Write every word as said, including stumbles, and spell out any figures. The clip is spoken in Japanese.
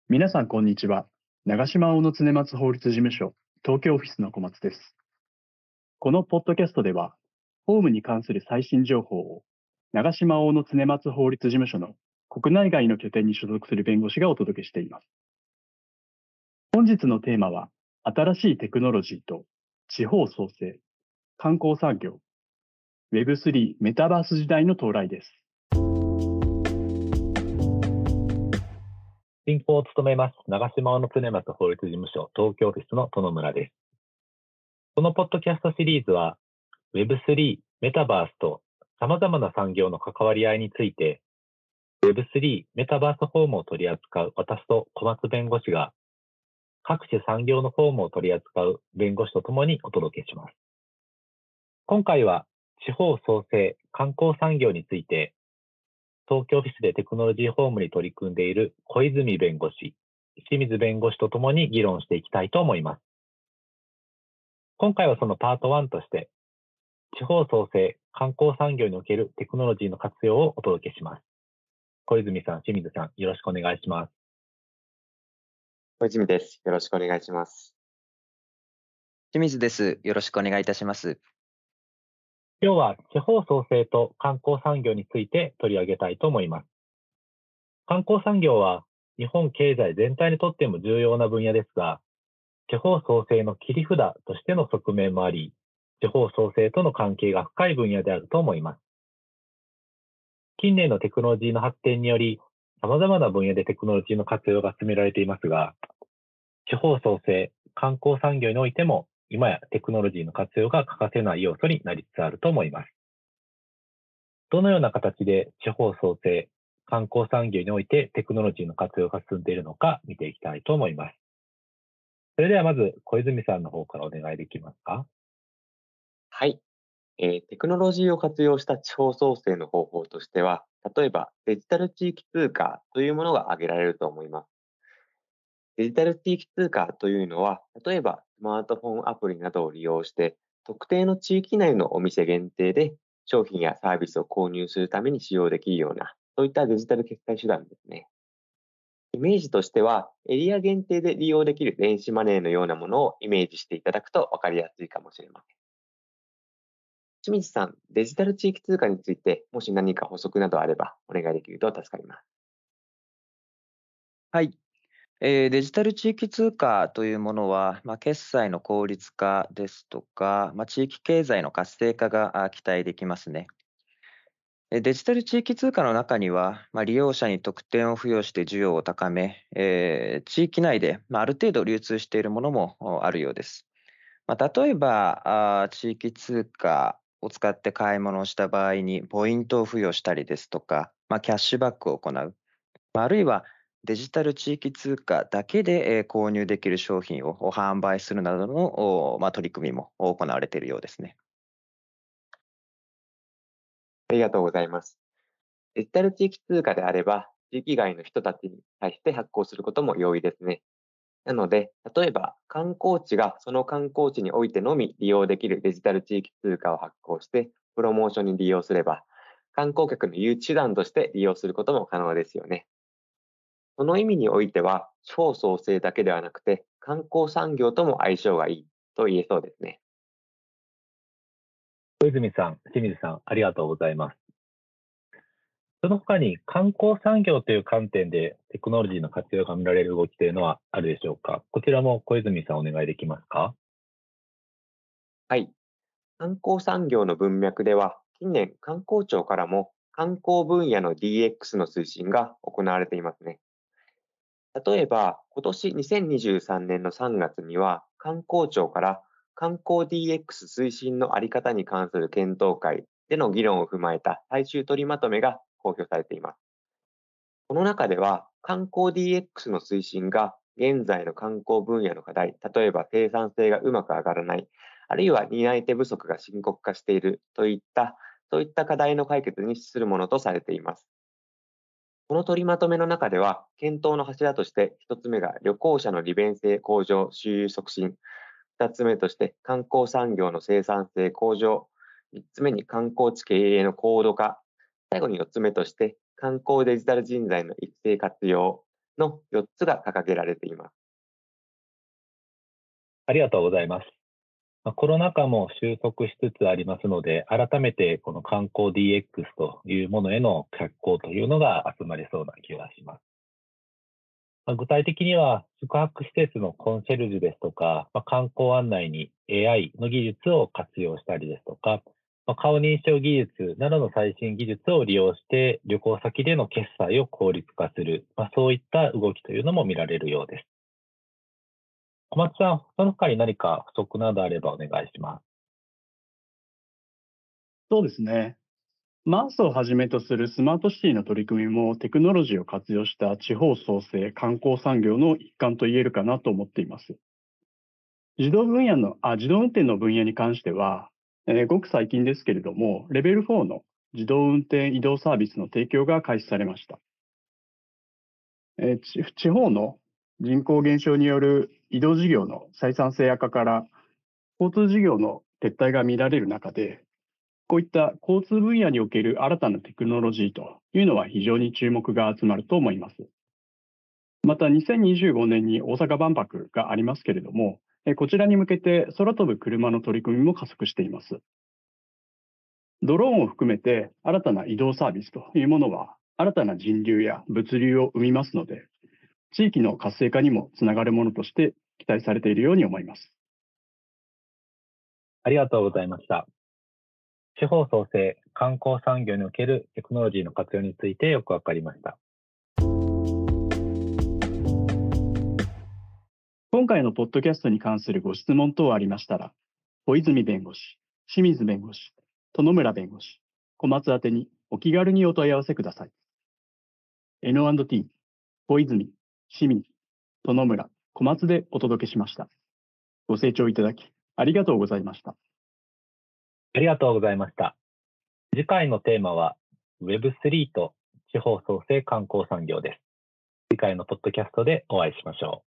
皆さん、こんにちは。長島大野常松法律事務所、東京オフィスの小松です。このポッドキャストでは、法務に関する最新情報を、長島大野常松法律事務所の国内外の拠点に所属する弁護士がお届けしています。本日のテーマは、新しいテクノロジーと地方創生、観光産業、ウェブスリー メタバース時代の到来です。 進行を務めます、長島大野常松法律事務所東京オフィスの殿村です。このポッドキャストシリーズは、ウェブスリー、メタバースと様々な産業の関わり合いについて、ウェブスリー、メタバース法務を取り扱う私と小松弁護士が、各種産業の法務を取り扱う弁護士とともにお届けします。今回は、地方創生、観光産業について、東京オフィスでテクノロジー法務に取り組んでいる小泉弁護士、清水弁護士とともに議論していきたいと思います。今回はそのパートワンとして、地方創生、観光産業におけるテクノロジーの活用をお届けします。小泉さん、清水さん、よろしくお願いします。 小泉です。よろしくお願いします。 清水です。よろしくお願いいたします。 今日は地方創生と観光産業について取り上げたいと思います。観光産業は日本経済全体にとっても重要な分野ですが、地方創生の切り札としての側面もあり、地方創生との関係が深い分野であると思います。近年のテクノロジーの発展により、様々な分野でテクノロジーの活用が進められていますが、地方創生、観光産業においても、今やテクノロジーの活用が欠かせない要素になりつつあると思います。どのような形で地方創生、観光産業においてテクノロジーの活用が進んでいるのか見ていきたいと思います。それではまず小泉さんの方からお願いできますか。 はい、えー。テクノロジーを活用した地方創生の方法としては、例えばデジタル地域通貨というものが挙げられると思います。デジタル地域通貨というのは、例えばスマートフォンアプリなどを利用して、特定の地域内のお店限定で商品やサービスを購入するために使用できるような、そういったデジタル決済手段ですね。イメージとしては、エリア限定で利用できる電子マネーのようなものをイメージしていただくと分かりやすいかもしれません。清水さん、デジタル地域通貨について、もし何か補足などあればお願いできると助かります。 はい。えー、デジタル地域通貨というものは、まあ、決済の効率化ですとか、まあ、地域経済の活性化があ期待できますね。えデジタル地域通貨の中には、まあ、利用者に特典を付与して需要を高め、えー地域内で、まあ、ある程度流通しているものもおあるようです。まあ、例えばあー、地域通貨を使って買い物をした場合に、ポイントを付与したりですとか、まあ、キャッシュバックを行う。まああるいは、デジタル地域通貨だけでえー購入できる商品をお販売するなどの、おまあ、取り組みも行われているようですね。 ありがとうございます。デジタル地域通貨であれば、地域外の人たちに対して発行することも容易ですね。なので、例えば観光地がその観光地においてのみ利用できるデジタル地域通貨を発行して、プロモーションに利用すれば、観光客の誘致手段として利用することも可能ですよね。その意味においては、地方創生だけではなくて、観光産業とも相性がいいと言えそうですね。 小泉さん、清水さん、ありがとうございます。その他に観光産業という観点でテクノロジーの活用が見られる動きというのはあるでしょうか。こちらも小泉さんお願いできますか。 はい。観光産業の文脈では、近年観光庁からも観光分野の ディーエックス の推進が行われていますね。例えば、今年にせんにじゅうさんねんのさんがつには、観光庁から観光 ディーエックス 推進のあり方に関する検討会での議論を踏まえた最終取りまとめが公表されています。この中では、観光 ディーエックス の推進が現在の観光分野の課題、例えば生産性がうまく上がらない、あるいは担い手不足が深刻化しているといった、そういった課題の解決に資するものとされています。この取りまとめの中では、検討の柱としてひとつめが旅行者の利便性向上、周遊促進、ふたつめとして観光産業の生産性向上、みっつめに観光地経営の高度化、最後によっつめとして観光デジタル人材の育成活用、 のよっつが掲げられています。 ありがとうございます。まあコロナ禍も収束しつつありますので、改めてこの観光 ディーエックス というものへの脚光というのが集まりそうな気がします。まあ具体的には、宿泊施設のコンシェルジュですとか、まあ観光案内に エーアイ の技術を活用したりですとか、まあ顔認証技術などの最新技術を利用して旅行先での決済を効率化する、まあ、そういった動きというのも見られるようです。小松さん、その他に何か不足などあればお願いします。 そうですね。マースをはじめとするスマートシティの取り組みもテクノロジーを活用した地方創生観光産業の一環と言えるかなと思っています。自動分野のあ自動運転の分野に関しては、えーごく最近ですけれども、レベルフォーの自動運転移動サービスの提供が開始されました。えーち地方の人口減少による移動事業の採算性悪化から交通事業の撤退が見られる中で、こういった交通分野における新たなテクノロジーというのは非常に注目が集まると思います。またにせんにじゅうごねんに大阪万博がありますけれども、えこちらに向けて空飛ぶ車の取り組みも加速しています。ドローンを含めて新たな移動サービスというものは新たな人流や物流を生みますので、地域の活性化にもつながるものとして期待されているように思います。 ありがとうございました。地方創生、観光産業におけるテクノロジーの活用についてよくわかりました。 今回のポッドキャストに関するご質問等ありましたら、小泉弁護士、清水弁護士、殿村弁護士、小松宛てにお気軽にお問い合わせください。エヌアンドティー、小泉、清水、殿村、小松でお届けしました。ご清聴いただきありがとうございました。 ありがとうございました。次回のテーマは ウェブスリー と地方創生観光産業です。次回のポッドキャストでお会いしましょう。